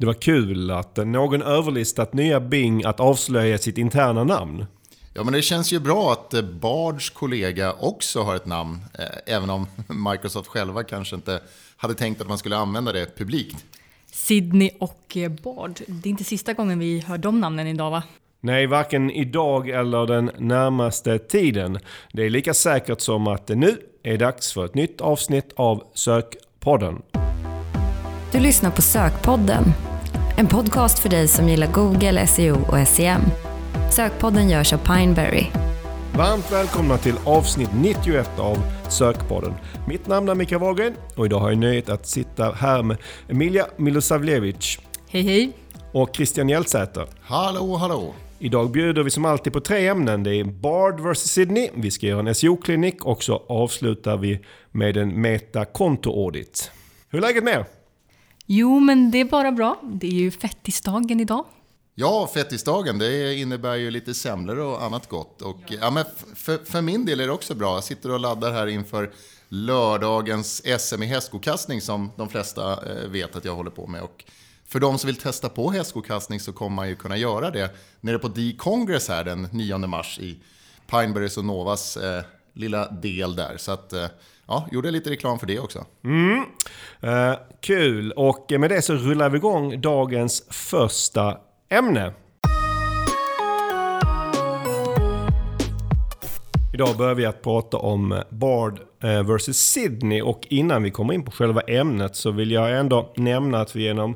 Det var kul att någon överlistat nya Bing att avslöja sitt interna namn. Ja, men det känns ju bra att Bards kollega också har ett namn, även om Microsoft själva kanske inte hade tänkt att man skulle använda det publikt. Sydney och Bard. Det är inte sista gången vi hör de namnen idag, va? Nej, varken idag eller den närmaste tiden. Det är lika säkert som att det nu är dags för ett nytt avsnitt av Sökpodden. Du lyssnar på Sökpodden. En podcast för dig som gillar Google, SEO och SEM. Sökpodden görs av Pineberry. Varmt välkomna till avsnitt 91 av Sökpodden. Mitt namn är Mikael Wahlgren och idag har jag nöjet att sitta här med Emilia Milosavljevic. Hej hej. Och Christian Hjältsäter. Hallå, hallå. Idag bjuder vi som alltid på 3 ämnen. Det är Bard vs Sydney, vi ska göra en SEO-klinik och så avslutar vi med en meta-konto-audit. Hur är läget med er? Jo, men det är bara bra. Det är ju fettisdagen idag. Ja, fettisdagen, det innebär ju lite semlor och annat gott. Och, ja, men för min del är det också bra. Jag sitter och laddar här inför lördagens SM i hästskokastning som de flesta vet att jag håller på med. Och för de som vill testa på hästskokastning så kommer man ju kunna göra det nere på D-Congress här den 9 mars i Pineberrys och Novas lilla del där. Så att, ja, gjorde lite reklam för det också. Kul, och med det så rullar vi igång dagens första ämne. Idag börjar vi att prata om Bard vs Sydney, och innan vi kommer in på själva ämnet så vill jag ändå nämna att vi genom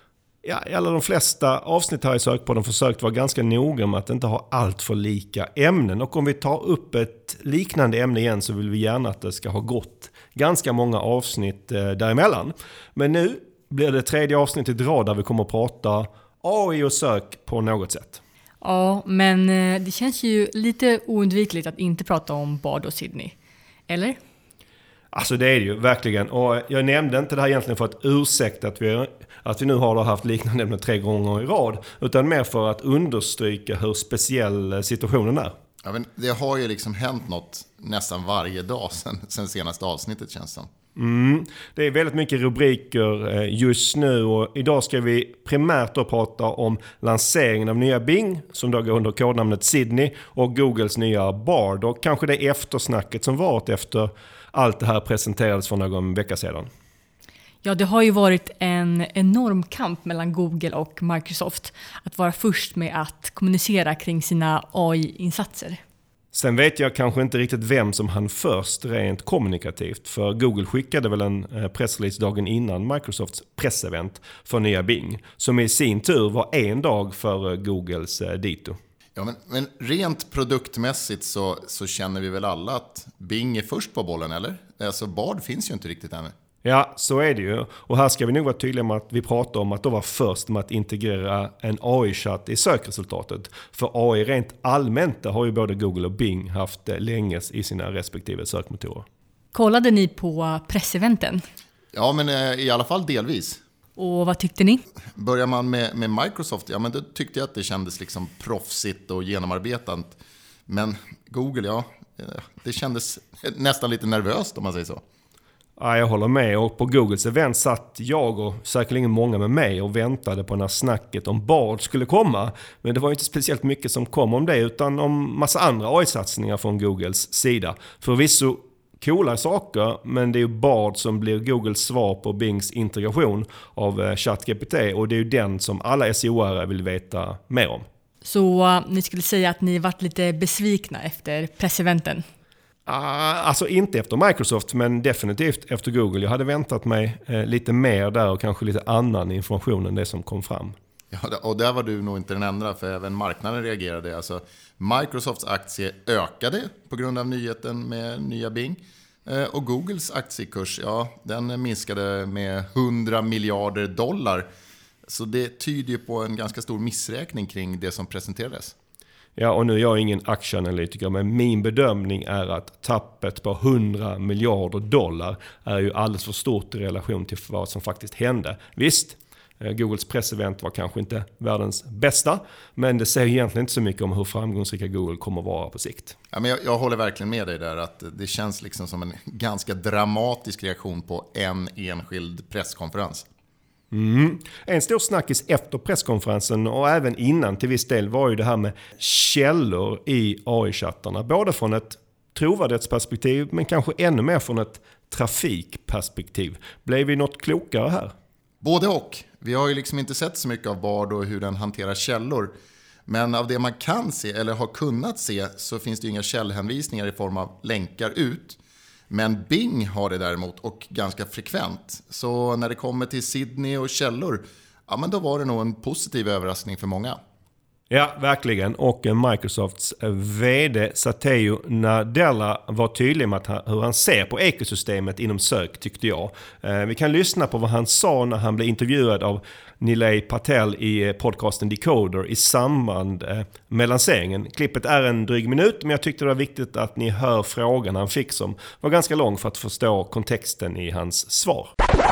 alla de flesta avsnitt här i Sökpodden försökt vara ganska noga med att inte ha allt för lika ämnen. Och om vi tar upp ett liknande ämne igen så vill vi gärna att det ska ha gått ganska många avsnitt däremellan. Men nu blir det 3:e avsnittet i rad där vi kommer att prata AI och sök på något sätt. Ja, men det känns ju lite oundvikligt att inte prata om Bard och Sydney. Eller? Alltså det är det ju verkligen. Och jag nämnde inte det här egentligen för att ursäkta att vi nu har haft liknande ämnen 3 gånger i rad. Utan mer för att understryka hur speciell situationen är. Ja, men det har ju liksom hänt något nästan varje dag sen senaste avsnittet, känns det som. Det är väldigt mycket rubriker just nu, och idag ska vi primärt då prata om lanseringen av nya Bing som då går under kodnamnet Sydney och Googles nya Bard, och kanske det eftersnacket som varit efter allt det här presenterades för någon vecka sedan. Ja, det har ju varit en enorm kamp mellan Google och Microsoft att vara först med att kommunicera kring sina AI-insatser. Sen vet jag kanske inte riktigt vem som hann först rent kommunikativt, för Google skickade väl en pressrelease dagen innan Microsofts pressevent för nya Bing, som i sin tur var en dag för Googles dito. Ja, men rent produktmässigt så känner vi väl alla att Bing är först på bollen, eller? Alltså Bard finns ju inte riktigt ännu. Ja, så är det ju. Och här ska vi nog vara tydliga med att vi pratar om att de var först med att integrera en AI-chatt i sökresultatet. För AI rent allmänt har ju både Google och Bing haft länge i sina respektive sökmotorer. Kollade ni på presseventen? Ja, men i alla fall delvis. Och vad tyckte ni? Börjar man med Microsoft, ja men då tyckte jag att det kändes liksom proffsigt och genomarbetat. Men Google, ja, det kändes nästan lite nervöst om man säger så. Ja, jag håller med, och på Googles event satt jag och säkerligen många med mig och väntade på när snacket om Bard skulle komma. Men det var inte speciellt mycket som kom om det, utan om massa andra AI-satsningar från Googles sida. Förvisso coola saker, men det är ju Bard som blir Googles svar på Bings integration av ChatGPT, och det är ju den som alla SEO-are vill veta mer om. Så ni skulle säga att ni varit lite besvikna efter presseventen? Alltså inte efter Microsoft, men definitivt efter Google. Jag hade väntat mig lite mer där och kanske lite annan information än det som kom fram. Ja, och där var du nog inte den enda, för även marknaden reagerade. Alltså, Microsofts aktie ökade på grund av nyheten med nya Bing. Och Googles aktiekurs, ja, den minskade med $100 miljarder. Så det tyder ju på en ganska stor missräkning kring det som presenterades. Ja, och nu är jag ingen aktieanalytiker, men min bedömning är att tappet på $100 miljarder är ju alldeles för stort i relation till vad som faktiskt hände. Visst, Googles pressevent var kanske inte världens bästa, men det säger egentligen inte så mycket om hur framgångsrika Google kommer att vara på sikt. Ja, men jag håller verkligen med dig där, att det känns liksom som en ganska dramatisk reaktion på en enskild presskonferens. En stor snackis efter presskonferensen och även innan till viss del var ju det här med källor i AI-chattarna. Både från ett trovärdighetsperspektiv men kanske ännu mer från ett trafikperspektiv. Blev vi något klokare här? Både och. Vi har ju liksom inte sett så mycket av Bard och hur den hanterar källor. Men av det man kan se eller har kunnat se så finns det ju inga källhänvisningar i form av länkar ut. Men Bing har det däremot och ganska frekvent. Så när det kommer till Sydney och källor, ja men då var det nog en positiv överraskning för många. Ja, verkligen. Och Microsofts vd Satya Nadella var tydlig med hur han ser på ekosystemet inom sök, tyckte jag. Vi kan lyssna på vad han sa när han blev intervjuad av Nilay Patel i podcasten Decoder i samband med lanseringen. Klippet är en dryg minut, men jag tyckte det var viktigt att ni hör frågan han fick som var ganska lång för att förstå kontexten i hans svar.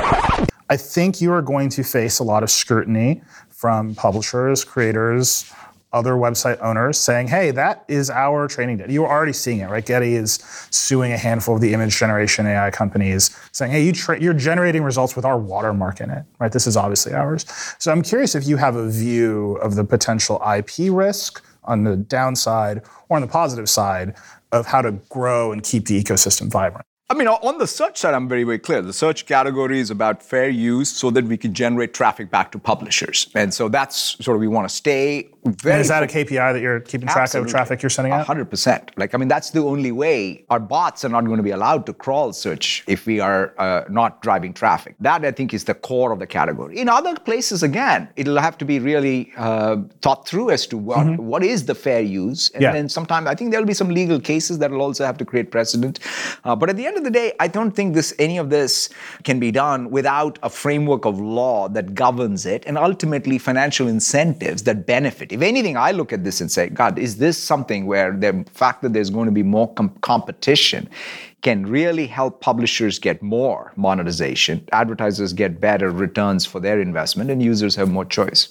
I think you are going to face a lot of scrutiny from publishers, creators, other website owners saying, hey, that is our training data. You're already seeing it, right? Getty is suing a handful of the image generation AI companies saying, hey, you're generating results with our watermark in it, right? This is obviously ours. So I'm curious if you have a view of the potential IP risk on the downside or on the positive side of how to grow and keep the ecosystem vibrant. I mean, on the search side, I'm very, very clear. The search category is about fair use so that we can generate traffic back to publishers. And so that's sort of, we want to stay very... And is that a KPI that you're keeping track of traffic you're sending out? 100%. Like, I mean, that's the only way. Our bots are not going to be allowed to crawl search if we are not driving traffic. That, I think, is the core of the category. In other places, again, it'll have to be really thought through as to what is the fair use. And then sometimes, I think there'll be some legal cases that will also have to create precedent. But at the end of the day, I don't think any of this can be done without a framework of law that governs it and ultimately financial incentives that benefit. If anything, I look at this and say, God, is this something where the fact that there's going to be more competition can really help publishers get more monetization, advertisers get better returns for their investment, and users have more choice.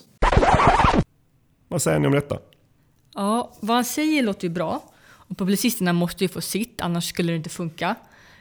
Vad säger ni om detta? Ja, vad han säger låter ju bra. Och publicisterna måste ju få sitt, annars skulle det inte funka.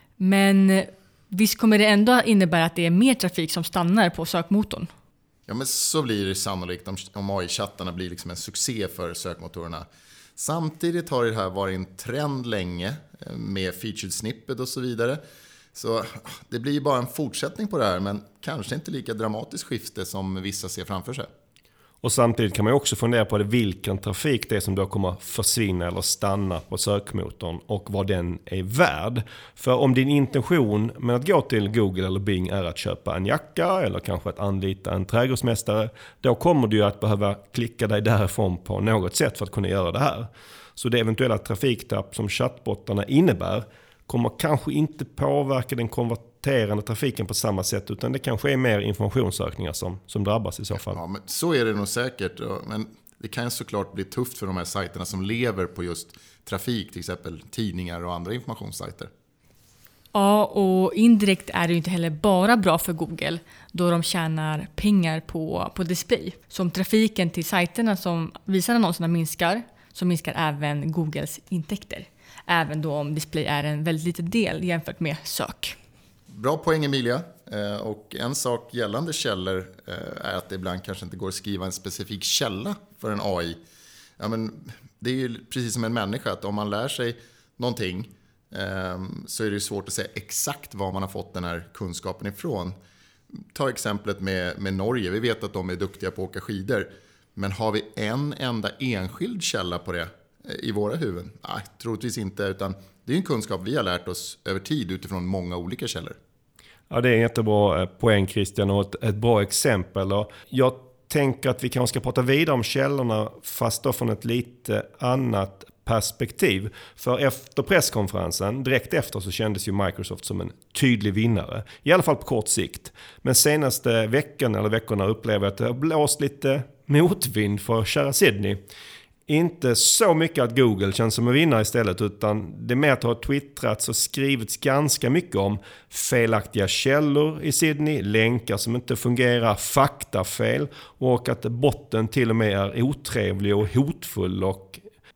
Men visst kommer det ändå innebära att det är mer trafik som stannar på sökmotorn? Ja, men så blir det sannolikt om AI-chattarna blir liksom en succé för sökmotorerna. Samtidigt har det här varit en trend länge med featured snippet och så vidare. Så det blir bara en fortsättning på det här, men kanske inte lika dramatiskt skifte som vissa ser framför sig. Och samtidigt kan man också fundera på vilken trafik det är som då kommer försvinna eller stanna på sökmotorn och vad den är värd. För om din intention med att gå till Google eller Bing är att köpa en jacka eller kanske att anlita en trädgårdsmästare, då kommer du att behöva klicka dig därifrån på något sätt för att kunna göra det här. Så det eventuella trafiktapp som chattbottarna innebär kommer kanske inte påverka den konverterande trafiken på samma sätt, utan det kanske är mer informationssökningar som drabbas i så fall. Ja, men så är det nog säkert. Men det kan såklart bli tufft för de här sajterna som lever på just trafik, till exempel tidningar och andra informationssajter. Ja, och indirekt är det ju inte heller bara bra för Google då de tjänar pengar på display. Så om trafiken till sajterna som visar annonserna minskar, så minskar även Googles intäkter. Även då om display är en väldigt liten del jämfört med sök. Bra poäng, Emilia. Och en sak gällande källor är att det ibland kanske inte går att skriva en specifik källa för en AI. Ja, men det är ju precis som en människa, att om man lär sig någonting så är det svårt att säga exakt var man har fått den här kunskapen ifrån. Ta exemplet med Norge. Vi vet att de är duktiga på att åka skidor. Men har vi en enda enskild källa på det i våra huvuden? Nej, troligtvis inte, utan det är en kunskap vi har lärt oss över tid utifrån många olika källor. Ja, det är en jättebra poäng, Christian, och ett bra exempel. Och jag tänker att vi kanske ska prata vidare om källorna fast då från ett lite annat perspektiv. För efter presskonferensen, direkt efter, så kändes ju Microsoft som en tydlig vinnare. I alla fall på kort sikt. Men senaste veckan eller veckorna upplever jag att det har blåst lite motvind för kära Sydney. Inte så mycket att Google känns som en vinnare istället, utan det är mer att ha twittrats och skrivits ganska mycket om felaktiga källor i Sydney, länkar som inte fungerar, faktafel och att botten till och med är otrevlig och hotfull och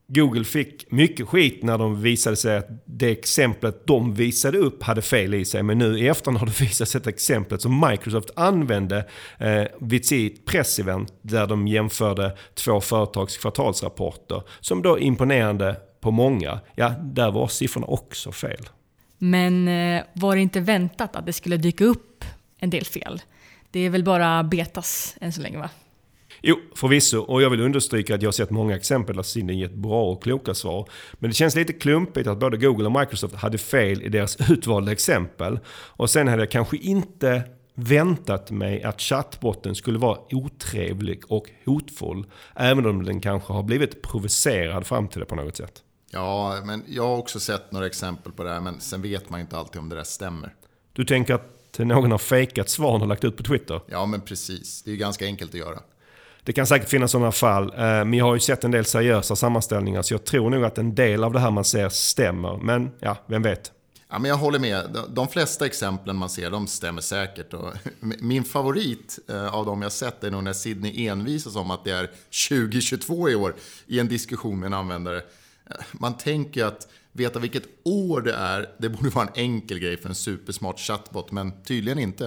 Google fick mycket skit när de visade sig att det exemplet de visade upp hade fel i sig. Men nu i efterhand har det visat sig ett exempel som Microsoft använde vid sitt pressevent där de jämförde 2 företags kvartalsrapporter som då imponerande på många. Ja, där var siffrorna också fel. Men var det inte väntat att det skulle dyka upp en del fel? Det är väl bara betas än så länge, va? Jo, förvisso. Och jag vill understryka att jag har sett många exempel där Sydney gett bra och kloka svar. Men det känns lite klumpigt att både Google och Microsoft hade fel i deras utvalda exempel. Och sen hade jag kanske inte väntat mig att chattbotten skulle vara otrevlig och hotfull. Även om den kanske har blivit provocerad fram till det på något sätt. Ja, men jag har också sett några exempel på det här, men sen vet man inte alltid om det där stämmer. Du tänker att någon har fejkat svaren och lagt ut på Twitter? Ja, men precis. Det är ju ganska enkelt att göra. Det kan säkert finnas sådana fall, men jag har ju sett en del seriösa sammanställningar så jag tror nog att en del av det här man ser stämmer. Men ja, vem vet? Ja, men jag håller med. De flesta exemplen man ser, de stämmer säkert. Och min favorit av dem jag sett är nog när Sydney envisas om att det är 2022 i år i en diskussion med en användare. Man tänker att veta vilket år det borde vara en enkel grej för en supersmart chatbot, men tydligen inte.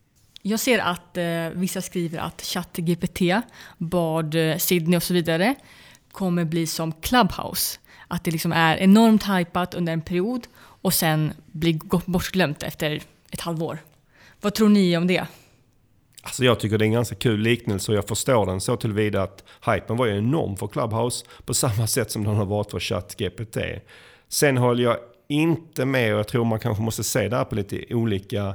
Jag ser att vissa skriver att ChatGPT, Bard, Sydney och så vidare kommer bli som Clubhouse. Att det liksom är enormt hypat under en period och sen blir bortglömt efter ett halvår. Vad tror ni om det? Alltså jag tycker det är en ganska kul liknelse och jag förstår den så tillvida att hypen var ju enorm för Clubhouse på samma sätt som den har varit för ChatGPT. Sen håller jag inte med och jag tror man kanske måste se det här på lite olika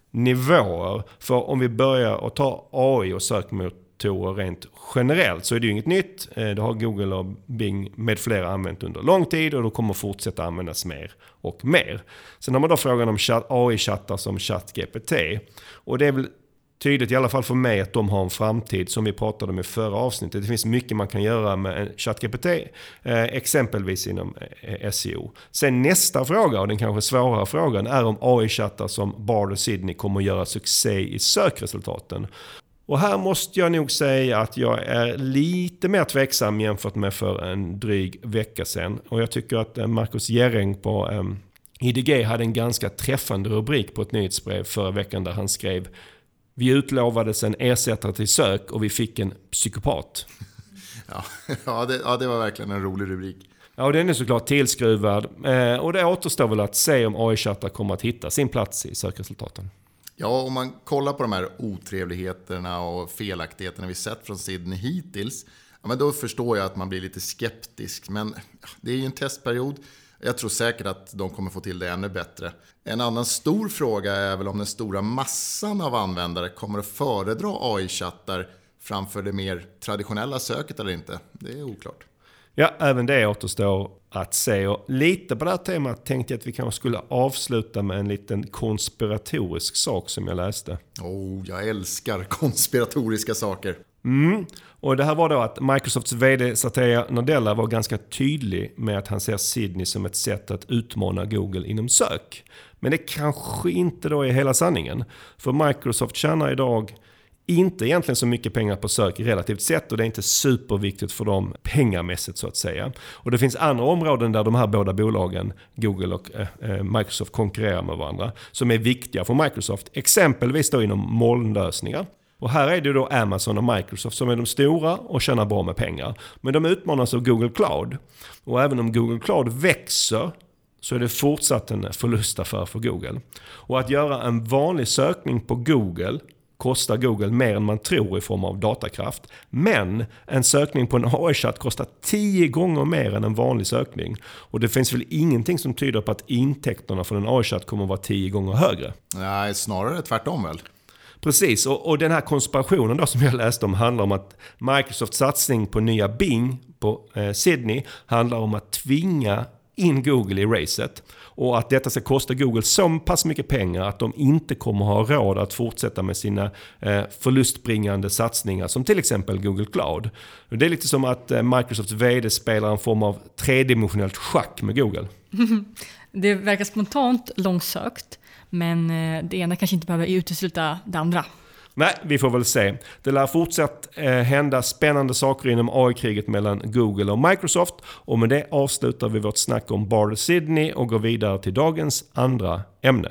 nivåer. För om vi börjar att ta AI och sökmotorer rent generellt så är det ju inget nytt. Det har Google och Bing med flera använt under lång tid och då kommer fortsätta användas mer och mer. Sen har man då frågan om AI-chattar som ChatGPT. Och det är väl tydligt i alla fall för mig att de har en framtid som vi pratade om i förra avsnittet. Det finns mycket man kan göra med en ChatGPT, exempelvis inom SEO. Sen nästa fråga, och den kanske svårare frågan, är om AI-chattar som Bard och Sydney kommer att göra succé i sökresultaten. Och här måste jag nog säga att jag är lite mer tveksam jämfört med för en dryg vecka sedan. Och jag tycker att Marcus Jereng på IDG hade en ganska träffande rubrik på ett nyhetsbrev förra veckan där han skrev: vi utlovades en ersättare till sök och vi fick en psykopat. Ja, det var verkligen en rolig rubrik. Ja, och den är såklart tillskruvad. Och det återstår väl att se om AI-chattar kommer att hitta sin plats i sökresultaten. Ja, om man kollar på de här otrevligheterna och felaktigheterna vi sett från Sydney hittills, ja, men då förstår jag att man blir lite skeptisk. Men det är ju en testperiod. Jag tror säkert att de kommer få till det ännu bättre. En annan stor fråga är väl om den stora massan av användare kommer att föredra AI-chattar framför det mer traditionella söket eller inte. Det är oklart. Ja, även det återstår att se. Och lite på det här temat tänkte jag att vi kanske skulle avsluta med en liten konspiratorisk sak som jag läste. Jag älskar konspiratoriska saker. Och det här var då att Microsofts vd Satya Nadella var ganska tydlig med att han ser Sydney som ett sätt att utmana Google inom sök. Men det kanske inte då är hela sanningen. För Microsoft tjänar idag inte egentligen så mycket pengar på sök relativt sett och det är inte superviktigt för dem pengamässigt så att säga. Och det finns andra områden där de här båda bolagen, Google och Microsoft, konkurrerar med varandra som är viktiga för Microsoft. Exempelvis då inom molnlösningar. Och här är det då Amazon och Microsoft som är de stora och tjänar bra med pengar. Men de utmanas av Google Cloud. Och även om Google Cloud växer så är det fortsatt en förlustaffär för Google. Och att göra en vanlig sökning på Google kostar Google mer än man tror i form av datakraft. Men en sökning på en AI-chatt kostar 10 gånger mer än en vanlig sökning. Och det finns väl ingenting som tyder på att intäkterna från en AI-chatt kommer att vara 10 gånger högre. Nej, snarare tvärtom väl. Precis, och den här konspirationen då som jag läste om handlar om att Microsofts satsning på nya Bing på Sydney handlar om att tvinga in Google i racet. Och att detta ska kosta Google så pass mycket pengar att de inte kommer ha råd att fortsätta med sina förlustbringande satsningar som till exempel Google Cloud. Det är lite som att Microsofts vd spelar en form av tredimensionellt schack med Google. Det verkar spontant långsökt, men det ena kanske inte behöver utesluta det andra. Nej, vi får väl se. Det lär fortsatt hända spännande saker inom AI-kriget mellan Google och Microsoft. Och med det avslutar vi vårt snack om Bard Sydney och går vidare till dagens andra ämne.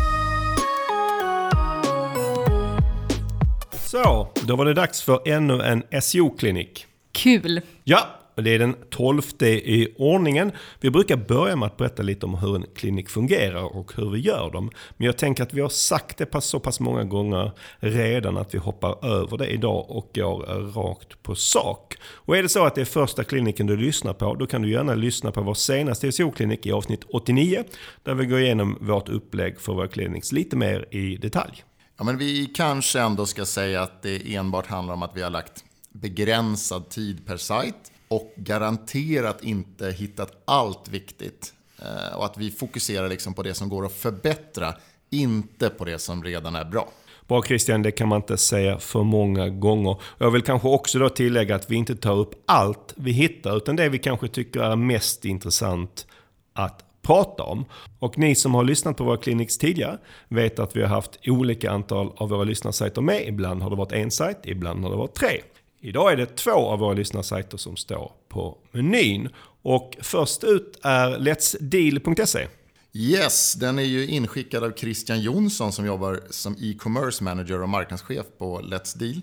Så, då var det dags för ännu en SEO-klinik. Kul! Ja, det är den 12:e i ordningen. Vi brukar börja med att berätta lite om hur en klinik fungerar och hur vi gör dem. Men jag tänker att vi har sagt det så pass många gånger redan att vi hoppar över det idag och går rakt på sak. Och är det så att det är första kliniken du lyssnar på, då kan du gärna lyssna på vår senaste SEO-klinik i avsnitt 89, där vi går igenom vårt upplägg för vår klinik lite mer i detalj. Ja, men vi kanske ändå ska säga att det enbart handlar om att vi har lagt begränsad tid per sajt och garanterat inte hittat allt viktigt. Och att vi fokuserar liksom på det som går att förbättra, inte på det som redan är bra. Bra Christian, det kan man inte säga för många gånger. Jag vill kanske också då tillägga att vi inte tar upp allt vi hittar, utan det vi kanske tycker är mest intressant att prata om. Och ni som har lyssnat på våra clinics tidigare vet att vi har haft olika antal av våra lyssnarsajter med. Ibland har det varit en sajt, ibland har det varit 3. Idag är det 2 av våra lyssnarsajter som står på menyn. Och först ut är letsdeal.se. Yes, den är ju inskickad av Christian Jonsson som jobbar som e-commerce manager och marknadschef på Let's Deal.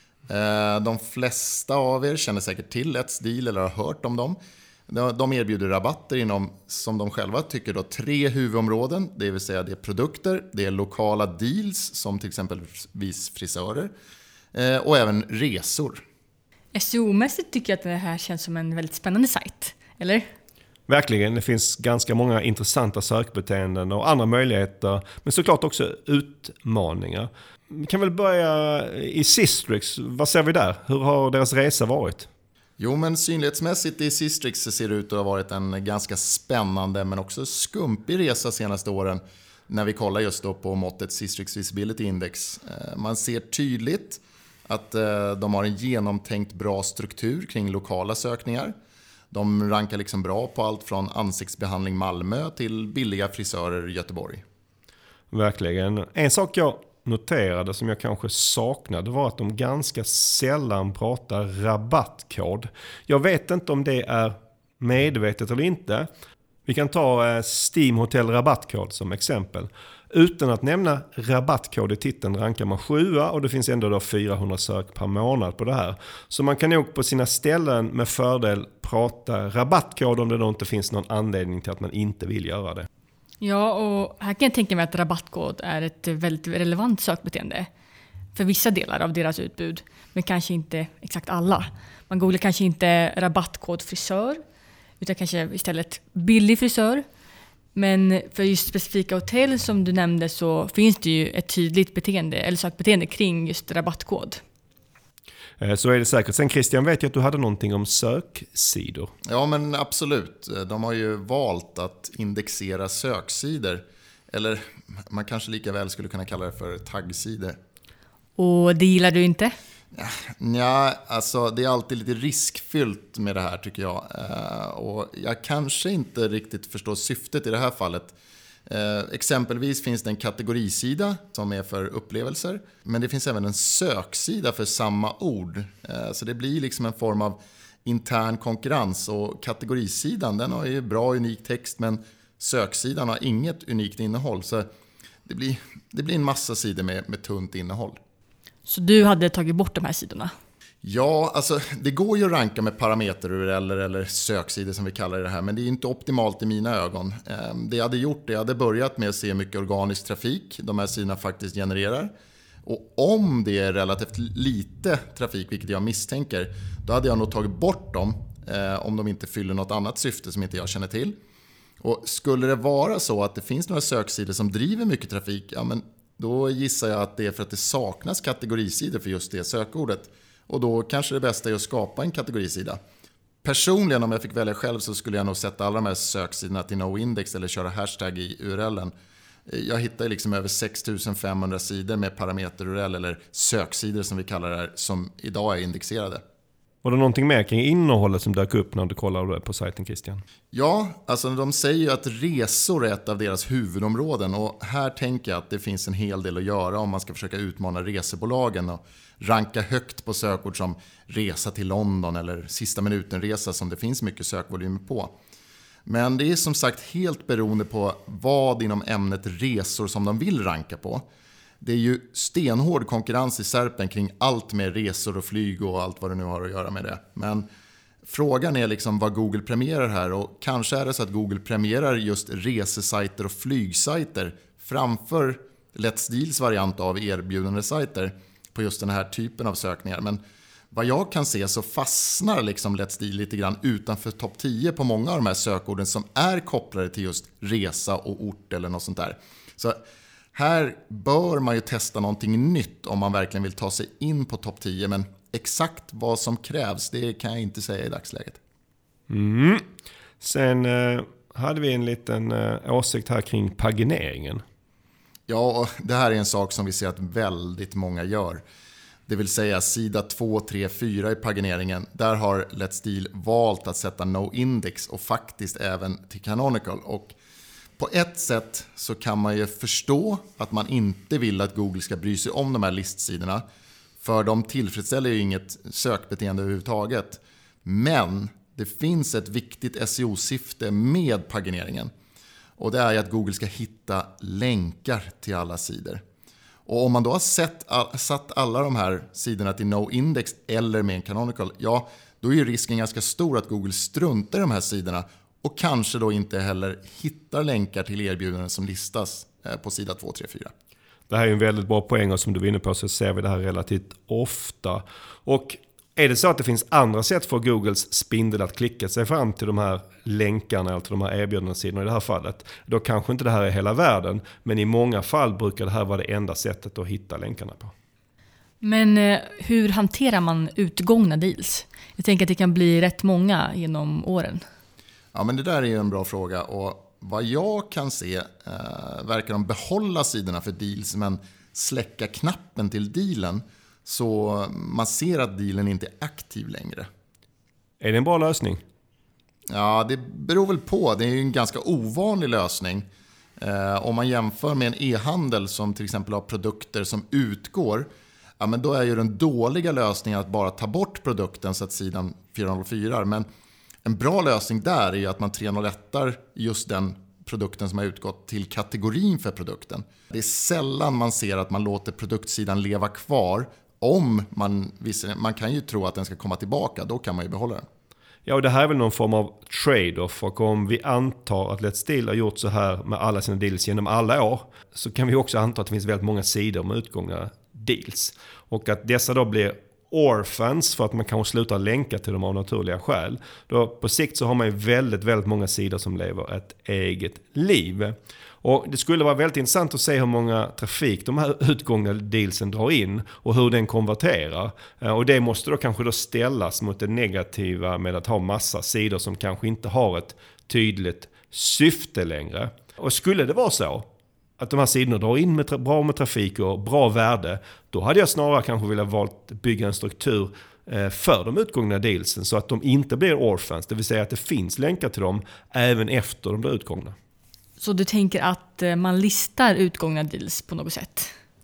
De flesta av er känner säkert till Let's Deal eller har hört om dem. De erbjuder rabatter inom, som de själva tycker, då, 3 huvudområden. Det vill säga det är produkter, det är lokala deals som till exempel frisörer och även resor. SEO-mässigt tycker jag att det här känns som en väldigt spännande sajt, eller? Verkligen, det finns ganska många intressanta sökbeteenden och andra möjligheter, men såklart också utmaningar. Vi kan väl börja i Sistrix. Vad ser vi där? Hur har deras resa varit? Jo, men synlighetsmässigt i Sistrix ser det ut att ha varit en ganska spännande men också skumpig resa senaste åren när vi kollar just då på måttet Sistrix Visibility Index. Man ser tydligt att de har en genomtänkt bra struktur kring lokala sökningar. De rankar liksom bra på allt från ansiktsbehandling Malmö till billiga frisörer i Göteborg. Verkligen. En sak jag noterade som jag kanske saknade var att de ganska sällan pratar rabattkod. Jag vet inte om det är medvetet eller inte. Vi kan ta Steam Hotel rabattkod som exempel. Utan att nämna rabattkod i titeln rankar man 7 och det finns ändå då 400 sök per månad på det här. Så man kan nog på sina ställen med fördel prata rabattkod om det då inte finns någon anledning till att man inte vill göra det. Ja, och här kan jag tänka mig att rabattkod är ett väldigt relevant sökbeteende för vissa delar av deras utbud, men kanske inte exakt alla. Man googlar kanske inte rabattkod frisör, utan kanske istället billig frisör. Men för just specifika hotell som du nämnde så finns det ju ett tydligt beteende eller sökbeteende kring just rabattkod. Så är det säkert. Sen Christian, vet jag att du hade någonting om söksidor. Ja, men absolut. De har ju valt att indexera söksidor. Eller man kanske lika väl skulle kunna kalla det för taggsidor. Och det gillar du inte? Ja, alltså det är alltid lite riskfyllt med det här tycker jag. Och jag kanske inte riktigt förstår syftet i det här fallet. Exempelvis finns det en kategorisida som är för upplevelser. Men det finns även en söksida för samma ord. Så det blir liksom en form av intern konkurrens. Och kategorisidan, den har ju bra unik text, men söksidan har inget unikt innehåll. Så det blir en massa sidor med tunt innehåll. Så du hade tagit bort de här sidorna? Ja, alltså det går ju att ranka med parameter-URLer eller söksidor som vi kallar det här, men det är inte optimalt i mina ögon. Det jag hade gjort, det jag hade börjat med att se hur mycket organisk trafik de här sidorna faktiskt genererar. Och om det är relativt lite trafik, vilket jag misstänker, då hade jag nog tagit bort dem om de inte fyller något annat syfte som inte jag känner till. Och skulle det vara så att det finns några söksidor som driver mycket trafik, ja men då gissar jag att det är för att det saknas kategorisidor för just det sökordet. Och då kanske det bästa är att skapa en kategorisida. Personligen, om jag fick välja själv, så skulle jag nog sätta alla de här söksidorna till noindex eller köra hashtag i URLen. Jag hittar liksom över 6500 sidor med parameter-URL eller söksidor som vi kallar det här, som idag är indexerade. Var det någonting mer kring innehållet som dök upp när du kollade på sajten, Christian? Ja, alltså de säger ju att resor är ett av deras huvudområden och här tänker jag att det finns en hel del att göra om man ska försöka utmana resebolagen och ranka högt på sökord som resa till London eller sista minuten-resa som det finns mycket sökvolym på. Men det är som sagt helt beroende på vad inom ämnet resor som de vill ranka på. Det är ju stenhård konkurrens i Serpen kring allt med resor och flyg och allt vad det nu har att göra med det. Men frågan är liksom vad Google premierar här och kanske är det så att Google premierar just resesajter och flygsajter framför Let's Deals variant av erbjudande sajter på just den här typen av sökningar. Men vad jag kan se så fastnar liksom Let's Deal lite grann utanför topp 10 på många av de här sökorden som är kopplade till just resa och ort eller något sånt där. Så här bör man ju testa någonting nytt om man verkligen vill ta sig in på topp 10. Men exakt vad som krävs, det kan jag inte säga i dagsläget. Sen hade vi en liten åsikt här kring pagineringen. Ja, och det här är en sak som vi ser att väldigt många gör. Det vill säga sida 2, 3, 4 i pagineringen. Där har Let's Deal valt att sätta no index och faktiskt även till canonical. Och på ett sätt så kan man ju förstå att man inte vill att Google ska bry sig om de här listsidorna. För de tillfredsställer ju inget sökbeteende överhuvudtaget. Men det finns ett viktigt SEO-syfte med pagineringen. Och det är att Google ska hitta länkar till alla sidor. Och om man då har satt alla de här sidorna till no index eller med en canonical, ja, då är ju risken ganska stor att Google struntar i de här sidorna och kanske då inte heller hittar länkar till erbjudanden som listas på sida 2, 3, 4. Det här är en väldigt bra poäng och som du var inne på så ser vi det här relativt ofta. Och är det så att det finns andra sätt för Googles spindel att klicka sig fram till de här länkarna eller till de här erbjudandesidorna i det här fallet, då kanske inte det här är hela världen, men i många fall brukar det här vara det enda sättet att hitta länkarna på. Men hur hanterar man utgångna deals? Jag tänker att det kan bli rätt många genom åren. Ja, men det där är ju en bra fråga och vad jag kan se verkar de behålla sidorna för deals men släcka knappen till dealen så man ser att dealen inte är aktiv längre. Är det en bra lösning? Ja, det beror väl på. Det är ju en ganska ovanlig lösning. Om man jämför med en e-handel som till exempel har produkter som utgår, ja, men då är ju den dåliga lösningen att bara ta bort produkten så att sidan 404. Men en bra lösning där är ju att man 301:ar just den produkten som har utgått till kategorin för produkten. Det är sällan man ser att man låter produktsidan leva kvar. Om man kan ju tro att den ska komma tillbaka, då kan man ju behålla den. Ja, och det här är väl någon form av trade-off. Och om vi antar att Let's Deal har gjort så här med alla sina deals genom alla år, så kan vi också anta att det finns väldigt många sidor med utgångna deals. Och att dessa då blir orphans för att man kanske slutar länka till dem av naturliga skäl. Då på sikt så har man ju väldigt, väldigt många sidor som lever ett eget liv. Och det skulle vara väldigt intressant att se hur många trafik de här utgångna dealsen drar in och hur den konverterar. Och det måste då kanske då ställas mot det negativa med att ha massa sidor som kanske inte har ett tydligt syfte längre. Och skulle det vara så att de här sidorna drar in bra med trafik och bra värde, då hade jag snarare kanske velat valt bygga en struktur för de utgångna dealsen så att de inte blir orphans, det vill säga att det finns länkar till dem även efter de blir utgångna. Så du tänker att man listar utgångna deals på något sätt?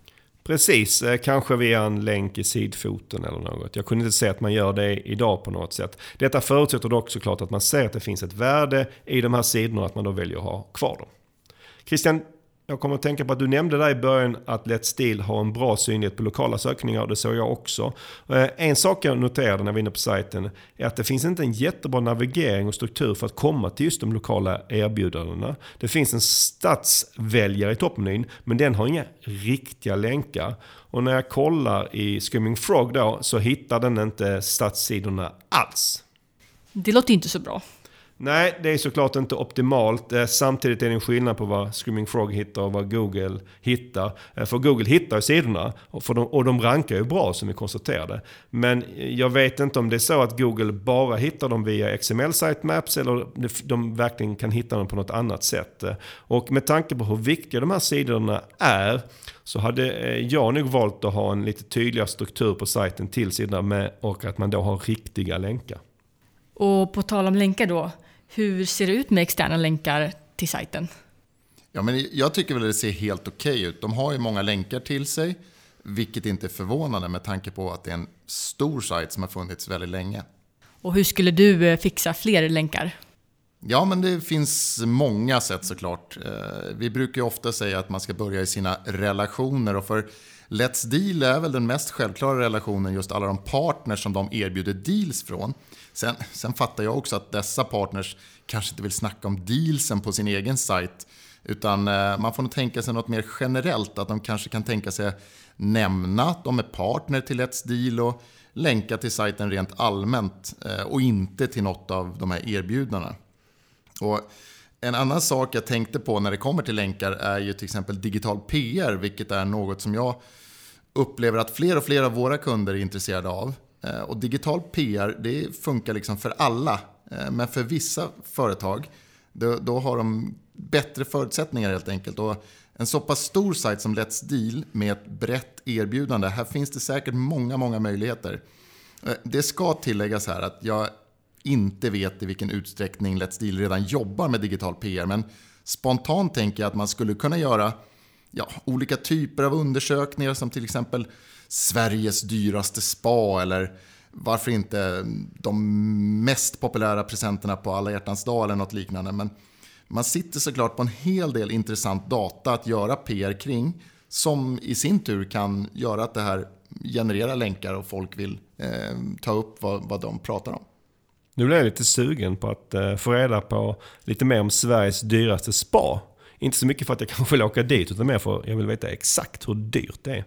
Precis, kanske via en länk i sidfoten eller något. Jag kunde inte säga att man gör det idag på något sätt. Detta förutsätter dock såklart att man ser att det finns ett värde i de här sidorna och att man då väljer att ha kvar dem. Christian, jag kommer att tänka på att du nämnde där i början att Let's Deal har en bra synlighet på lokala sökningar och det såg jag också. En sak jag noterade när vi är inne på sajten är att det finns inte en jättebra navigering och struktur för att komma till just de lokala erbjudandena. Det finns en stadsväljare i toppmenyn men den har inga riktiga länkar. Och när jag kollar i Screaming Frog då så hittar den inte stadssidorna alls. Det låter inte så bra. Nej, det är såklart inte optimalt. Samtidigt är det en skillnad på vad Screaming Frog hittar och vad Google hittar. För Google hittar ju sidorna och de rankar ju bra som vi konstaterade. Men jag vet inte om det är så att Google bara hittar dem via XML sitemaps eller de verkligen kan hitta dem på något annat sätt. Och med tanke på hur viktiga de här sidorna är så hade jag nog valt att ha en lite tydligare struktur på sajten till sidorna med och att man då har riktiga länkar. Och på tal om länkar då, hur ser det ut med externa länkar till sajten? Ja, men jag tycker väl att det ser helt okej ut. De har ju många länkar till sig, vilket inte är förvånande med tanke på att det är en stor sajt som har funnits väldigt länge. Och hur skulle du fixa fler länkar? Ja, men det finns många sätt såklart. Vi brukar ju ofta säga att man ska börja i sina relationer, och för Let's Deal är väl den mest självklara relationen just alla de partners som de erbjuder deals från. Sen fattar jag också att dessa partners kanske inte vill snacka om dealsen på sin egen sajt, utan man får nog tänka sig något mer generellt, att de kanske kan tänka sig nämna att de är partner till Let's Deal och länka till sajten rent allmänt och inte till något av de här erbjudandena. Och en annan sak jag tänkte på när det kommer till länkar är ju till exempel digital PR, vilket är något som jag upplever att fler och fler av våra kunder är intresserade av. Och digital PR, det funkar liksom för alla, men för vissa företag då har de bättre förutsättningar helt enkelt. Och en så pass stor sajt som Let's Deal med ett brett erbjudande, här finns det säkert många möjligheter. Det ska tilläggas här att jag inte vet i vilken utsträckning Let's Deal redan jobbar med digital PR, men spontant tänker jag att man skulle kunna göra olika typer av undersökningar som till exempel Sveriges dyraste spa, eller varför inte de mest populära presenterna på alla hjärtans dag eller något liknande. Men man sitter såklart på en hel del intressant data att göra PR kring, som i sin tur kan göra att det här genererar länkar och folk vill ta upp vad de pratar om. Nu blir jag lite sugen på att få reda på lite mer om Sveriges dyraste spa. Inte så mycket för att jag kanske vill åka dit, utan mer för att jag vill veta exakt hur dyrt det är.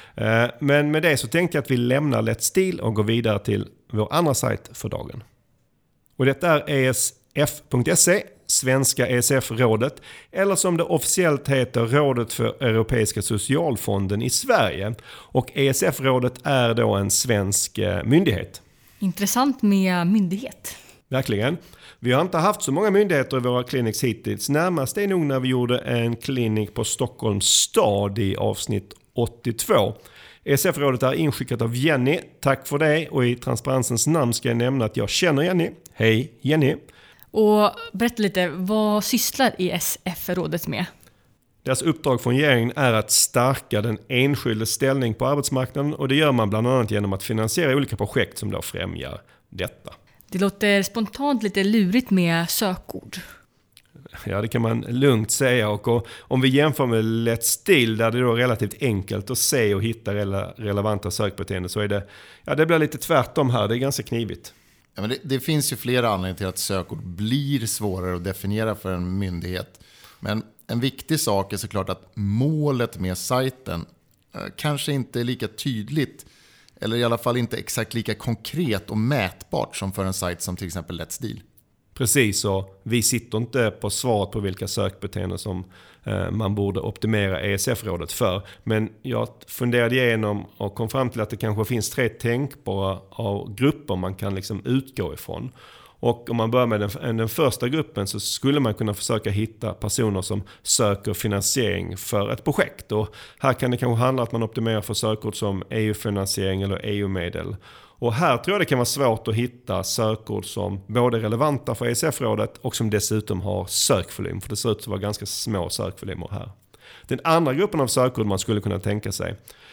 Men med det så tänkte jag att vi lämnar Let's Deal och går vidare till vår andra sajt för dagen. Och detta är esf.se, Svenska ESF-rådet, eller som det officiellt heter Rådet för Europeiska socialfonden i Sverige. Och ESF-rådet är då en svensk myndighet. Intressant med myndighet. Verkligen. Vi har inte haft så många myndigheter i våra clinics hittills. Närmast är nog när vi gjorde en klinik på Stockholms stad i avsnitt 82. ESF-rådet är inskickat av Jenny. Tack för det. Och i transparensens namn ska jag nämna att jag känner Jenny. Hej Jenny. Och berätta lite, vad sysslar ESF-rådet med? Deras uppdrag från regeringen är att stärka den enskildes ställning på arbetsmarknaden, och det gör man bland annat genom att finansiera olika projekt som då främjar detta. Det låter spontant lite lurigt med sökord. Ja, det kan man lugnt säga, och om vi jämför med Let's Deal där det är relativt enkelt att se och hitta relevanta sökbeteenden, så är det blir lite tvärtom här, det är ganska knivigt. Ja, men det finns ju flera anledningar till att sökord blir svårare att definiera för en myndighet. Men en viktig sak är såklart att målet med sajten kanske inte är lika tydligt, eller i alla fall inte exakt lika konkret och mätbart som för en sajt som till exempel Let's Deal. Precis, och vi sitter inte på svaret på vilka sökbeteenden som man borde optimera ESF-rådet för. Men jag funderade igenom och kom fram till att det kanske finns 3 tänkbara grupper man kan liksom utgå ifrån. Och om man börjar med den första gruppen så skulle man kunna försöka hitta personer som söker finansiering för ett projekt. Och här kan det kanske handla om att man optimerar för sökord som EU-finansiering eller EU-medel. Och här tror jag det kan vara svårt att hitta sökord som både är relevanta för ESF-rådet och som dessutom har sökvolym. För det ser ut att vara ganska små sökvolymer här. Den andra gruppen av sökord man skulle kunna tänka sig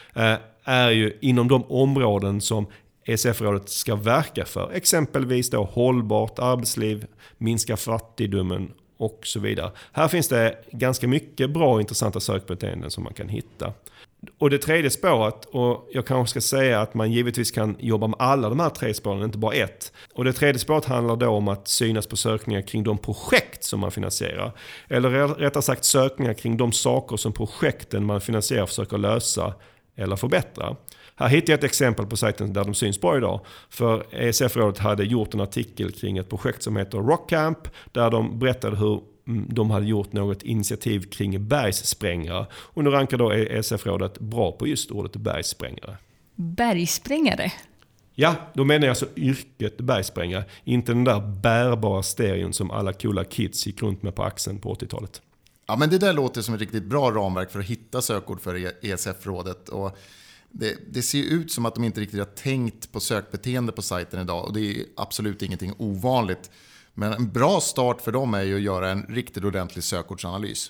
är ju inom de områden som ESF-rådet ska verka för. Exempelvis då hållbart arbetsliv, minska fattigdomen och så vidare. Här finns det ganska mycket bra och intressanta sökbeteenden som man kan hitta. Och det tredje spåret, och jag kanske ska säga att man givetvis kan jobba med alla de här 3 spåren, inte bara ett. Och det tredje spåret handlar då om att synas på sökningar kring de projekt som man finansierar. Eller rättare sagt sökningar kring de saker som projekten man finansierar försöker lösa eller förbättra. Här hittar jag ett exempel på sajten där de syns bra idag. För ESF-rådet hade gjort en artikel kring ett projekt som heter Rockcamp, där de berättade hur de hade gjort något initiativ kring bergssprängare. Och nu rankar då ESF-rådet bra på just ordet bergssprängare. Bergsprängare? Ja, då menar jag alltså yrket bergsprängare. Inte den där bärbara stereon som alla coola kids gick runt med på axeln på 80-talet. Ja, men det där låter som ett riktigt bra ramverk för att hitta sökord för ESF-rådet. Och det ser ut som att de inte riktigt har tänkt på sökbeteende på sajten idag. Och det är absolut ingenting ovanligt. Men en bra start för dem är ju att göra en riktigt ordentlig sökordsanalys.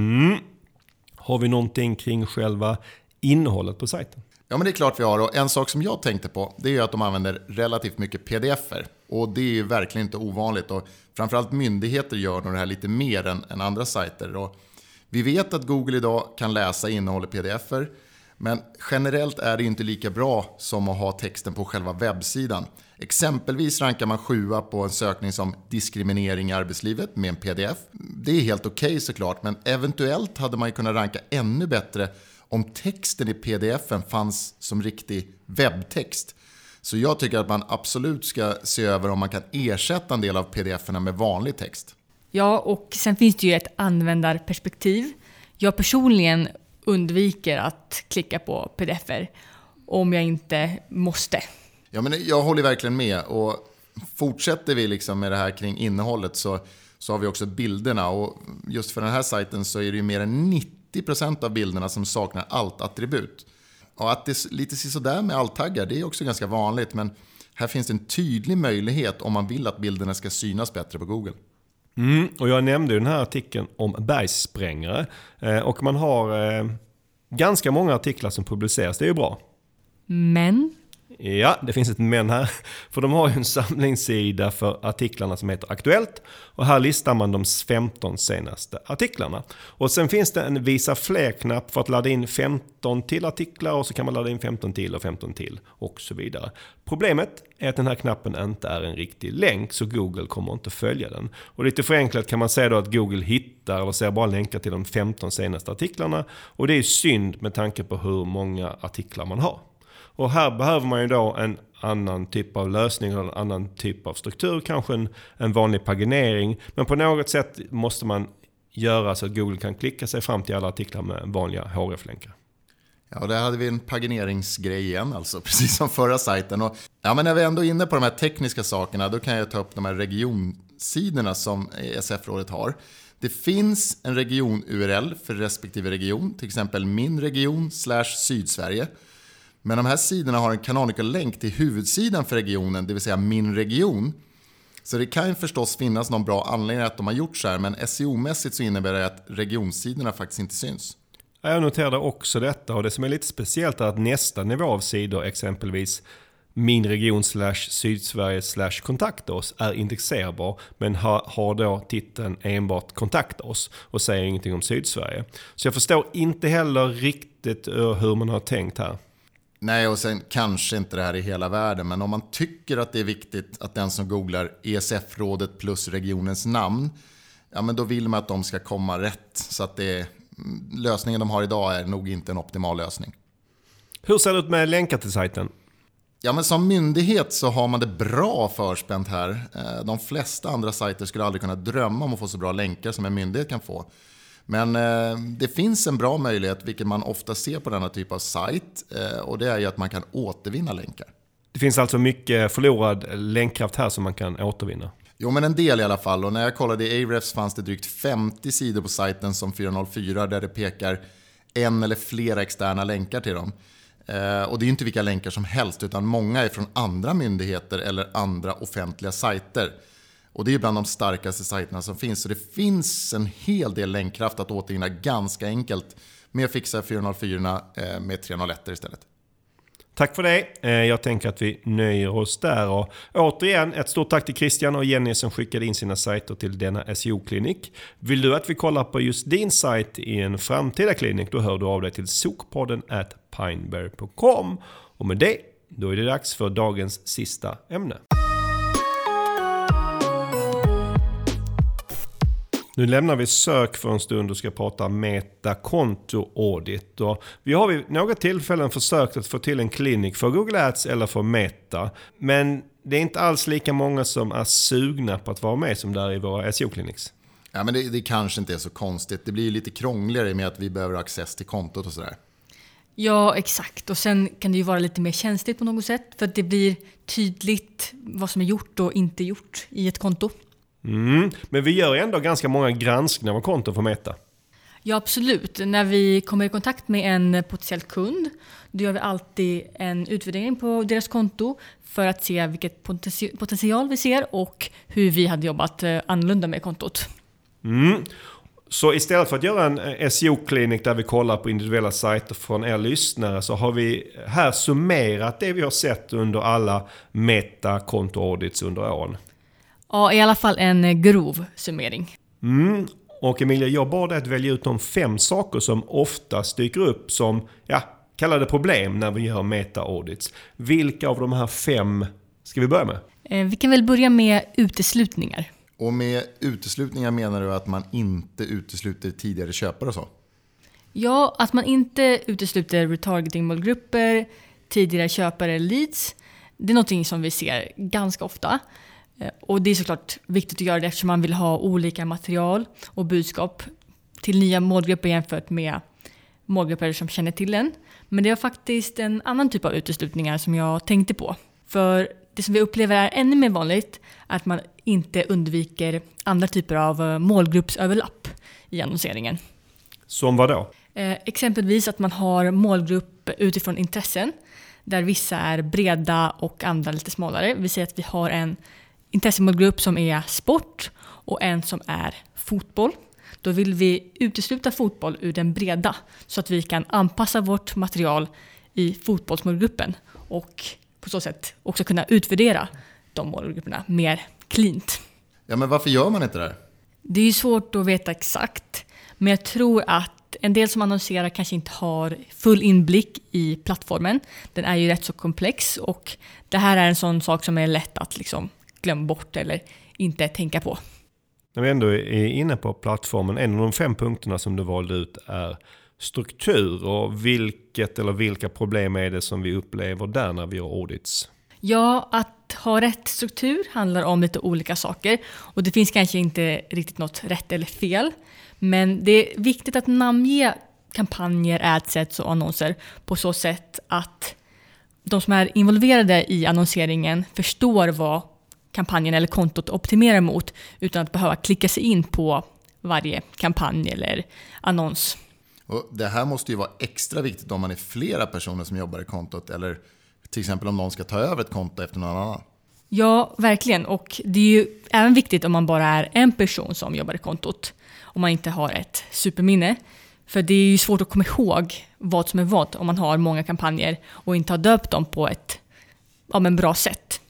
Har vi någonting kring själva innehållet på sajten? Ja, men det är klart vi har. Och en sak som jag tänkte på, det är ju att de använder relativt mycket pdf-er. Och det är ju verkligen inte ovanligt. Och framförallt myndigheter gör nog det här lite mer än andra sajter. Och vi vet att Google idag kan läsa innehåll i pdf-er. Men generellt är det inte lika bra som att ha texten på själva webbsidan. Exempelvis rankar man 7 på en sökning som diskriminering i arbetslivet med en pdf. Det är helt okej såklart, men eventuellt hade man ju kunnat ranka ännu bättre om texten i pdf-en fanns som riktig webbtext. Så jag tycker att man absolut ska se över om man kan ersätta en del av pdf-erna med vanlig text. Ja, och sen finns det ju ett användarperspektiv. Jag personligen undviker att klicka på pdf-er om jag inte måste. Ja, men jag håller verkligen med, och fortsätter vi liksom med det här kring innehållet så har vi också bilderna, och just för den här sajten så är det ju mer än 90% av bilderna som saknar alt-attribut. Och att det är lite sådär med alt-taggar, det är också ganska vanligt, men här finns det en tydlig möjlighet om man vill att bilderna ska synas bättre på Google. Och jag nämnde ju den här artikeln om bergssprängare, och man har ganska många artiklar som publiceras, det är ju bra. Men? Ja, det finns ett men här. För de har ju en samlingssida för artiklarna som heter Aktuellt. Och här listar man de 15 senaste artiklarna. Och sen finns det en visa fler-knapp för att ladda in 15 till artiklar. Och så kan man ladda in 15 till och 15 till och så vidare. Problemet är att den här knappen inte är en riktig länk, så Google kommer inte följa den. Och lite förenklat kan man säga då att Google hittar eller ser bara länkar till de 15 senaste artiklarna. Och det är synd med tanke på hur många artiklar man har. Och här behöver man ju då en annan typ av lösning eller en annan typ av struktur, kanske en vanlig paginering. Men på något sätt måste man göra så att Google kan klicka sig fram till alla artiklar med vanliga href-länkar. Ja, där hade vi en pagineringsgrej igen, alltså, precis som förra sajten. Och, ja, men när vi ändå är inne på de här tekniska sakerna, då kan jag ta upp de här regionsidorna som ESF-rådet har. Det finns en region-URL för respektive region, till exempel min region /Sydsverige. Men de här sidorna har en canonical-länk till huvudsidan för regionen, det vill säga min region. Så det kan ju förstås finnas någon bra anledning att de har gjort så här, men SEO-mässigt så innebär det att regionsidorna faktiskt inte syns. Jag noterade också detta, och det som är lite speciellt är att nästa nivå av sidor, exempelvis min region /Sydsverige /kontakta oss, är indexerbar, men har då titeln enbart kontakta oss och säger ingenting om Sydsverige. Så jag förstår inte heller riktigt hur man har tänkt här. Nej, och sen kanske inte det här i hela världen, men om man tycker att det är viktigt att den som googlar ESF-rådet plus regionens namn, ja, men då vill man att de ska komma rätt. Så att lösningen de har idag är nog inte en optimal lösning. Hur ser det ut med länkar till sajten? Ja, men som myndighet så har man det bra förspänt här. De flesta andra sajter skulle aldrig kunna drömma om att få så bra länkar som en myndighet kan få. Men det finns en bra möjlighet, vilket man ofta ser på denna typ av sajt, och det är ju att man kan återvinna länkar. Det finns alltså mycket förlorad länkkraft här som man kan återvinna? Jo, men en del i alla fall. Och när jag kollade i Ahrefs fanns det drygt 50 sidor på sajten som 404 där det pekar en eller flera externa länkar till dem. Och det är ju inte vilka länkar som helst, utan många är från andra myndigheter eller andra offentliga sajter. Och det är bland de starkaste sajterna som finns. Så det finns en hel del länkkraft att återvinna ganska enkelt med att fixa 404 med 301 istället. Tack för det. Jag tänker att vi nöjer oss där. Och återigen, ett stort tack till Christian och Jenny som skickade in sina sajter till denna SEO-klinik. Vill du att vi kollar på just din sajt i en framtida klinik, då hör du av dig till sokpodden@pineberry.com. Och med det, då är det dags för dagens sista ämne. Nu lämnar vi sök för en stund och ska prata Meta-konto-audit. Vi har vid några tillfällen försökt att få till en klinik för Google Ads eller för Meta. Men det är inte alls lika många som är sugna på att vara med som där i våra SEO-clinics. Ja, men det kanske inte är så konstigt. Det blir ju lite krångligare med att vi behöver access till kontot och sådär. Ja, exakt. Och sen kan det ju vara lite mer känsligt på något sätt. För att det blir tydligt vad som är gjort och inte gjort i ett konto. Men vi gör ändå ganska många granskningar av konton för Meta. Ja, absolut. När vi kommer i kontakt med en potentiell kund, då gör vi alltid en utvärdering på deras konto för att se vilket potential vi ser och hur vi hade jobbat annorlunda med kontot. Så istället för att göra en SEO-klinik där vi kollar på individuella sajter från er lyssnare, så har vi här summerat det vi har sett under alla Meta-konto-audits under åren. Ja, i alla fall en grov summering. Och Emilia, jag bad dig att välja ut de 5 saker som ofta dyker upp som kallade problem när vi gör Meta-audits. Vilka av de här 5 ska vi börja med? Vi kan väl börja med uteslutningar. Och med uteslutningar menar du att man inte utesluter tidigare köpare och så? Ja, att man inte utesluter retargeting-målgrupper, tidigare köpare, leads. Det är någonting som vi ser ganska ofta. Och det är såklart viktigt att göra det eftersom man vill ha olika material och budskap till nya målgrupper jämfört med målgrupper som känner till en. Men det är faktiskt en annan typ av uteslutningar som jag tänkte på. För det som vi upplever är ännu mer vanligt är att man inte undviker andra typer av målgruppsöverlapp i annonseringen. Som vad då? Exempelvis att man har målgrupp utifrån intressen där vissa är breda och andra lite smalare. Vi säger att vi har en intressemålgrupp som är sport och en som är fotboll. Då vill vi utesluta fotboll ur den breda så att vi kan anpassa vårt material i fotbollsmålgruppen och på så sätt också kunna utvärdera de målgrupperna mer cleant. Ja, men varför gör man inte det här? Det är ju svårt att veta exakt, men jag tror att en del som annonserar kanske inte har full inblick i plattformen. Den är ju rätt så komplex och det här är en sån sak som är lätt att liksom glömma bort eller inte tänka på. När vi ändå är inne på plattformen, en av de 5 punkterna som du valde ut är struktur. Och vilket eller vilka problem är det som vi upplever där när vi gör audits? Ja, att ha rätt struktur handlar om lite olika saker. Och det finns kanske inte riktigt något rätt eller fel. Men det är viktigt att namnge kampanjer, adsets och annonser på så sätt att de som är involverade i annonseringen förstår vad kampanjen eller kontot optimerar mot utan att behöva klicka sig in på varje kampanj eller annons. Och det här måste ju vara extra viktigt om man är flera personer som jobbar i kontot eller till exempel om någon ska ta över ett konto efter någon annan. Ja, verkligen. Och det är ju även viktigt om man bara är en person som jobbar i kontot. Om man inte har ett superminne. För det är ju svårt att komma ihåg vad som är vad om man har många kampanjer och inte har döpt dem på ett bra sätt.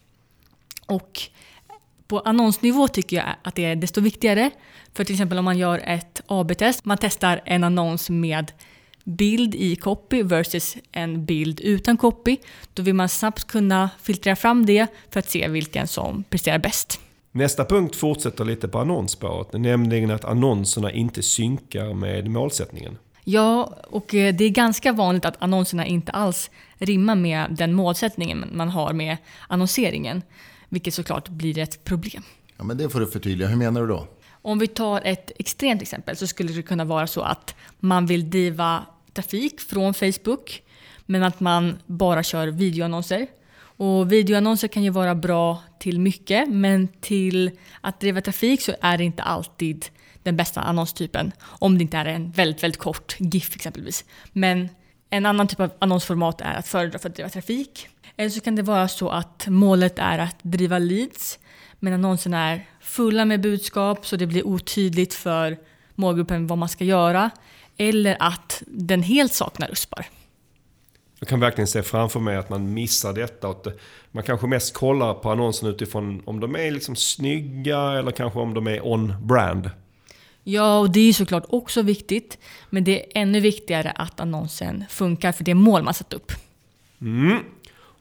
Och på annonsnivå tycker jag att det är desto viktigare. För till exempel om man gör ett AB-test. Man testar en annons med bild i copy versus en bild utan copy. Då vill man snabbt kunna filtrera fram det för att se vilken som presterar bäst. Nästa punkt fortsätter lite på annonsspåret, nämligen att annonserna inte synkar med målsättningen. Ja, och det är ganska vanligt att annonserna inte alls rimmar med den målsättningen man har med annonseringen. Vilket såklart blir ett problem. Ja, men det får du förtydliga. Hur menar du då? Om vi tar ett extremt exempel så skulle det kunna vara så att man vill driva trafik från Facebook men att man bara kör videoannonser. Och videoannonser kan ju vara bra till mycket, men till att driva trafik så är det inte alltid den bästa annonstypen om det inte är en väldigt, väldigt kort GIF exempelvis. Men en annan typ av annonsformat är att föredra för att driva trafik. Eller så kan det vara så att målet är att driva leads, men annonserna är fulla med budskap så det blir otydligt för målgruppen vad man ska göra. Eller att den helt saknar uspar. Jag kan verkligen se framför mig att man missar detta. Att man kanske mest kollar på annonsen utifrån om de är liksom snygga eller kanske om de är on-brand. Ja, och det är ju såklart också viktigt. Men det är ännu viktigare att annonsen funkar för det mål man satt upp.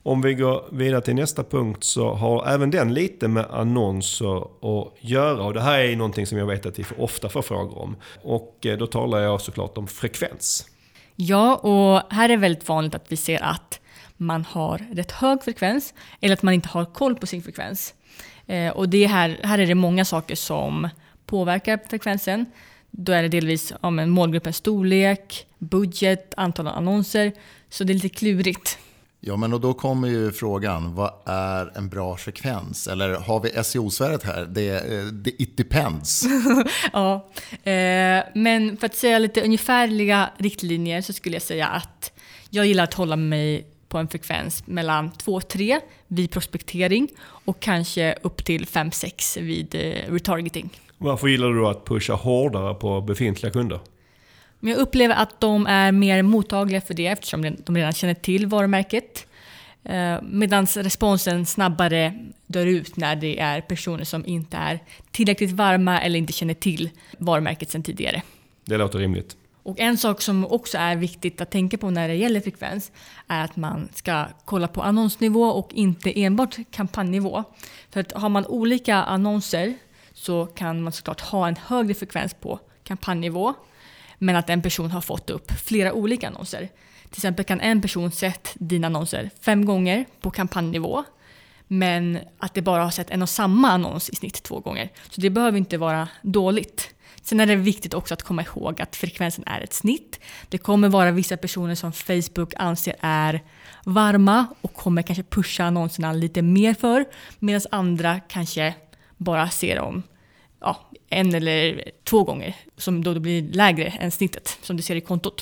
Om vi går vidare till nästa punkt så har även den lite med annonser att göra. Och det här är någonting som jag vet att vi ofta får frågor om. Och då talar jag såklart om frekvens. Ja, och här är det väldigt vanligt att vi ser att man har rätt hög frekvens eller att man inte har koll på sin frekvens. Och det här är det många saker som påverkar frekvensen. Då är det delvis målgruppens storlek, budget, antal annonser. Så det är lite klurigt. Ja, men och då kommer ju frågan, vad är en bra frekvens? Eller har vi SEO-sväret här? It depends. Ja, men för att säga lite ungefärliga riktlinjer så skulle jag säga att jag gillar att hålla mig på en frekvens mellan 2-3 vid prospektering och kanske upp till 5-6 vid retargeting. Varför gillar du att pusha hårdare på befintliga kunder? Men jag upplever att de är mer mottagliga för det eftersom de redan känner till varumärket. Medan responsen snabbare dör ut när det är personer som inte är tillräckligt varma eller inte känner till varumärket sedan tidigare. Det låter rimligt. Och en sak som också är viktigt att tänka på när det gäller frekvens är att man ska kolla på annonsnivå och inte enbart kampanjnivå. För att har man olika annonser så kan man såklart ha en högre frekvens på kampanjnivå. Men att en person har fått upp flera olika annonser. Till exempel kan en person sett dina annonser 5 gånger på kampanjnivå. Men att det bara har sett en och samma annons i snitt 2 gånger. Så det behöver inte vara dåligt. Sen är det viktigt också att komma ihåg att frekvensen är ett snitt. Det kommer vara vissa personer som Facebook anser är varma och kommer kanske pusha annonserna lite mer för. Medan andra kanske bara ser dem 1 eller 2 gånger som då blir lägre än snittet som du ser i kontot.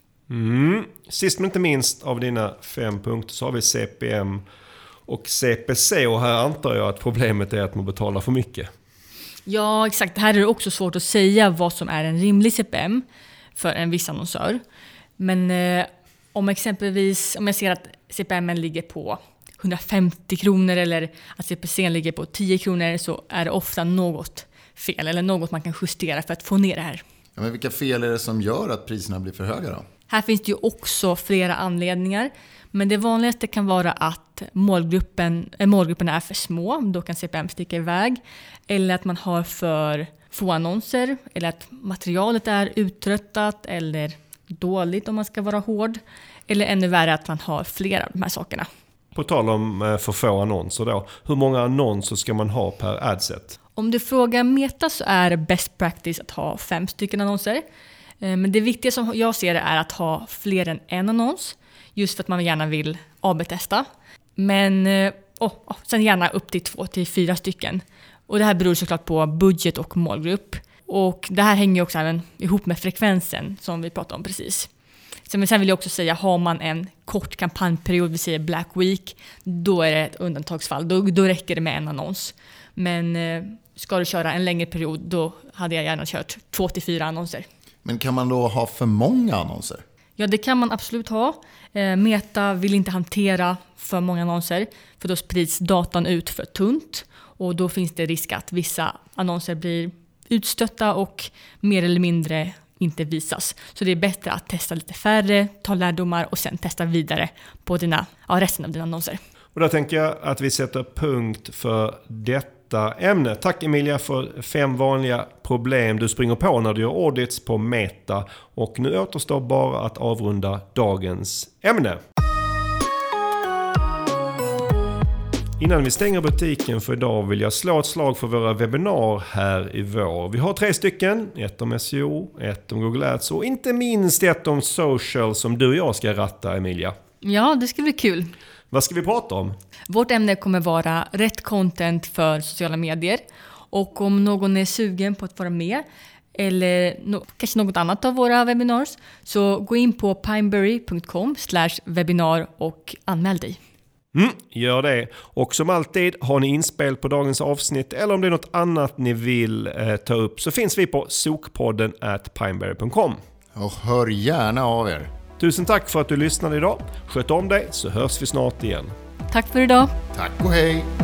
Sist men inte minst av dina 5 punkter så har vi CPM och CPC och här antar jag att problemet är att man betalar för mycket. Ja, exakt. Här är det också svårt att säga vad som är en rimlig CPM för en viss annonsör. Men om jag ser att CPM ligger på 150 kronor eller att CPC ligger på 10 kronor så är det ofta något fel eller något man kan justera för att få ner det här. Ja, men vilka fel är det som gör att priserna blir för höga då? Här finns det ju också flera anledningar. Men det vanligaste kan vara att målgruppen är för små. Då kan CPM sticka iväg. Eller att man har för få annonser. Eller att materialet är uttröttat eller dåligt om man ska vara hård. Eller ännu värre att man har flera av de här sakerna. På tal om för få annonser då. Hur många annonser ska man ha per adset? Om du frågar Meta så är best practice att ha 5 stycken annonser. Men det viktiga som jag ser är att ha fler än en annons. Just för att man gärna vill AB-testa. Men sen gärna upp till 2-4 stycken. Och det här beror såklart på budget och målgrupp. Och det här hänger också även ihop med frekvensen som vi pratade om precis. Men sen vill jag också säga, har man en kort kampanjperiod, vi säger Black Week, då är det ett undantagsfall. Då räcker det med en annons. Men ska du köra en längre period, då hade jag gärna kört 2-4 annonser. Men kan man då ha för många annonser? Ja, det kan man absolut ha. Meta vill inte hantera för många annonser, för då sprids datan ut för tunt. Och då finns det risk att vissa annonser blir utstötta och mer eller mindre inte visas. Så det är bättre att testa lite färre, ta lärdomar och sen testa vidare på resten av dina annonser. Och då tänker jag att vi sätter punkt för detta ämne. Tack Emilia för 5 vanliga problem du springer på när du gör audits på Meta. Och nu återstår bara att avrunda dagens ämne. Innan vi stänger butiken för idag vill jag slå ett slag för våra webbinar här i vår. Vi har 3 stycken, ett om SEO, ett om Google Ads och inte minst ett om social som du och jag ska ratta, Emilia. Ja, det ska bli kul. Vad ska vi prata om? Vårt ämne kommer vara rätt content för sociala medier. Och om någon är sugen på att vara med eller kanske något annat av våra webinars så gå in på pineberry.com/webinar och anmäl dig. Gör det. Och som alltid, har ni inspel på dagens avsnitt eller om det är något annat ni vill ta upp så finns vi på sokpodden@pineberry.com. Och hör gärna av er. Tusen tack för att du lyssnade idag. Sköt om dig så hörs vi snart igen. Tack för idag. Tack och hej!